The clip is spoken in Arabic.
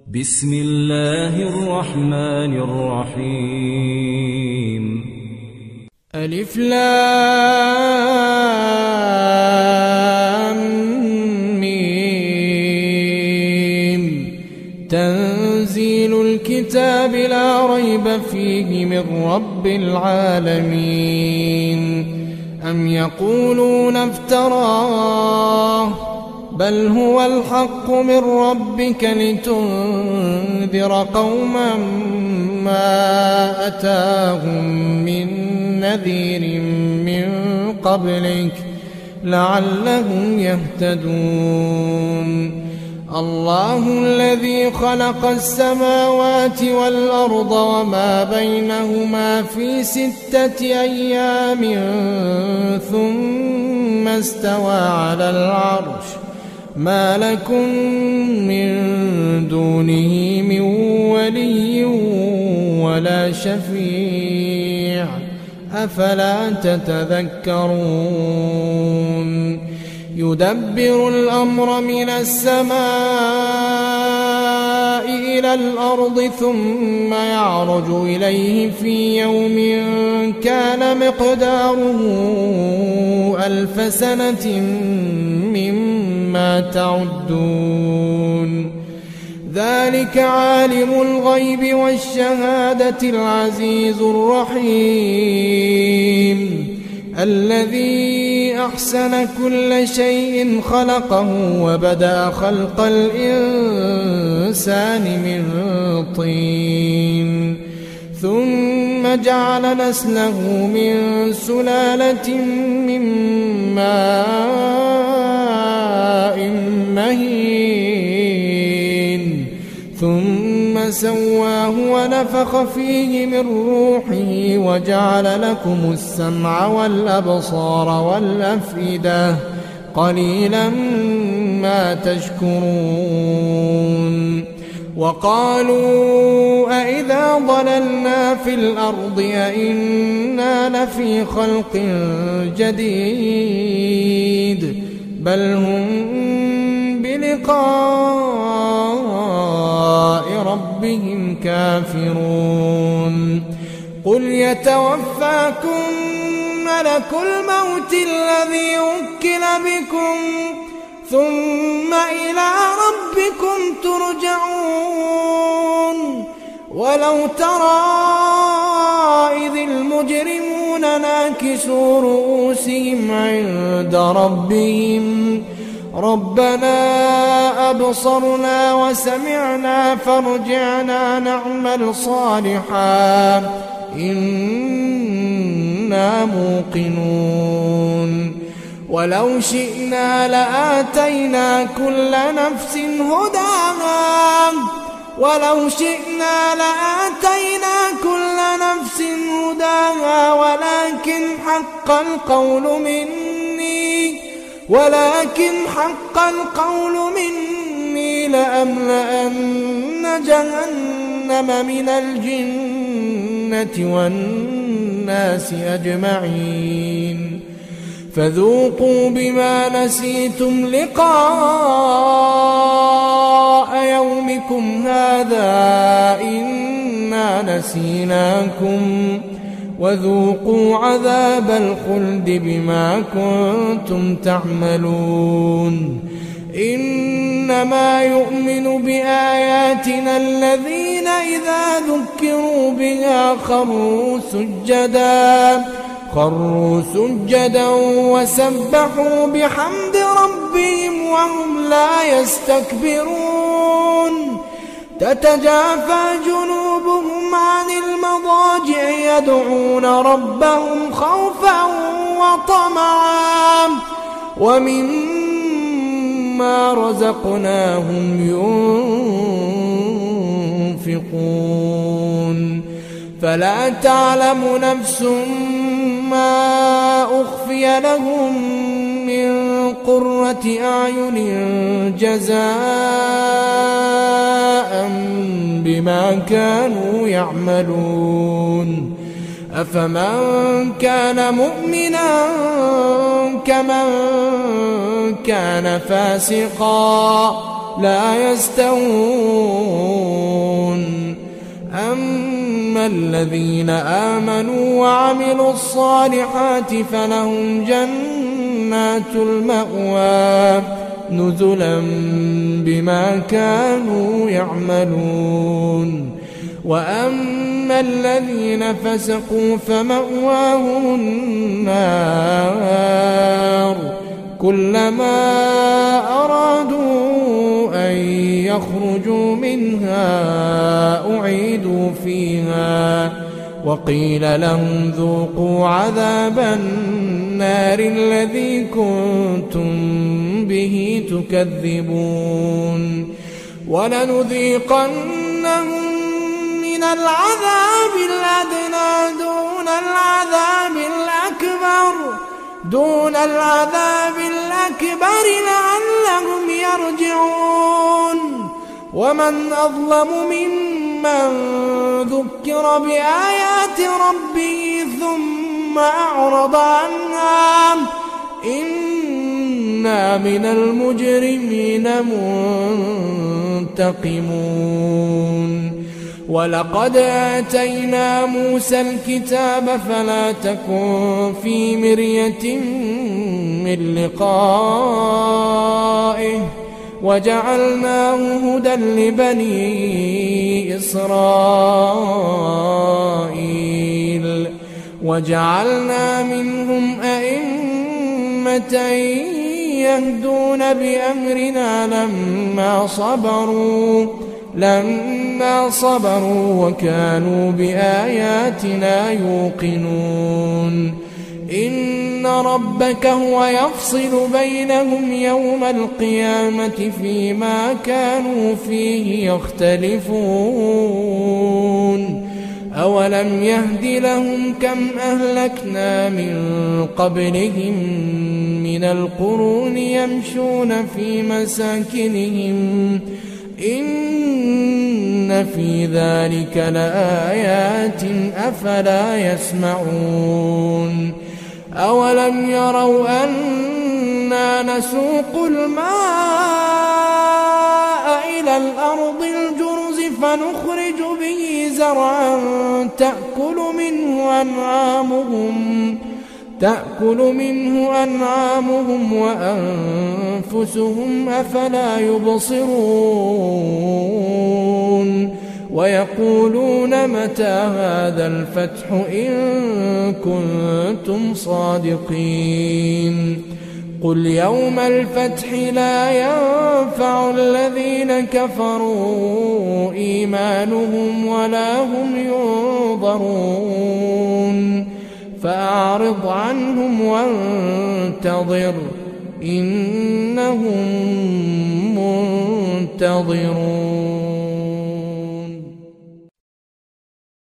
بسم الله الرحمن الرحيم. ألف لام ميم. تنزيل الكتاب لا ريب فيه من رب العالمين. أم يقولون افتراه بل هو الحق من ربك لتنذر قوما ما أتاهم من نذير من قبلك لعلهم يهتدون. الله الذي خلق السماوات والأرض وما بينهما في 6 أيام ثم استوى على العرش ما لكم من دونه من ولي ولا شفيع أفلا تتذكرون. يدبر الأمر من السماء إلى الأرض ثم يعرج إليه في يوم كان مقداره 1000 سنة مما تعدون. ذلك عالم الغيب والشهادة العزيز الرحيم الذي أحسن كل شيء خلقه وبدأ خلق الإنسان من طين ثم جعل نسله من سلالة من ماء مهين ثم سواه ونفخ فيه من روحه وجعل لكم السمع والأبصار والأفئدة قليلا ما تشكرون. وقالوا أئذا ضللنا في الأرض أئنا لفي خلق جديد بل هم بلقاء ربهم كافرون. قل يتوفاكم ملك الموت الذي وكل بكم ثم إلى ربكم ترجعون. ولو ترى إذ المجرمون ناكسوا رؤوسهم عند ربهم ربنا أبصرنا وسمعنا فارجعنا نعمل صالحا إنا موقنون. ولو شئنا لآتينا كل نفس هداها ولكن حق القول مني لأملأن جهنم من الجنة والناس أجمعين. فذوقوا بما نسيتم لقاء يومكم هذا إنا نسيناكم وذوقوا عذاب الخلد بما كنتم تعملون. إنما يؤمن بآياتنا الذين إذا ذكروا بها خروا سجدا وسبحوا بحمد ربهم وهم لا يستكبرون. تتجافى جنوبهم عن المضاجع يدعون ربهم خوفا وطمعا ومما رزقناهم ينفقون. فلا تعلم نفس ما أخفي لهم من قرة أعين جزاء بما كانوا يعملون. أفمن كان مؤمنا كمن كان فاسقا لا يستوون الذين آمنوا وعملوا الصالحات فلهم جنات المأوى نزلا بما كانوا يعملون. وأما الذين فسقوا فمأواهم النار كلما أرادوا أن يخرجوا منها أعيدوا فيها وقيل لهم ذوقوا عذاب النار الذي كنتم به تكذبون. ولنذيقنهم من العذاب الأدنى دون العذاب الأكبر لعلهم يرجعون. ومن أظلم ممن ذكر بآيات ربه ثم أعرض عنها إنا من المجرمين منتقمون. ولقد آتينا موسى الكتاب فلا تكن في مرية من لقائه وجعلناه هدى لبني إسرائيل وجعلنا منهم أئمة يهدون بأمرنا لما صبروا وكانوا بآياتنا يوقنون. إن ربك هو يفصل بينهم يوم القيامة فيما كانوا فيه يختلفون. أولم يهد لهم كم أهلكنا من قبلهم من القرون يمشون في مساكنهم إن في ذلك لآيات أفلا يسمعون. أولم يروا أنا نسوق الماء إلى الأرض الجرز فنخرج به زرعا تأكل منه أنعامهم وأنفسهم أفلا يبصرون. ويقولون متى هذا الفتح إن كنتم صادقين. قل يوم الفتح لا ينفع الذين كفروا إيمانهم ولا هم ينظرون. فأعرض عنهم وانتظر إنهم منتظرون.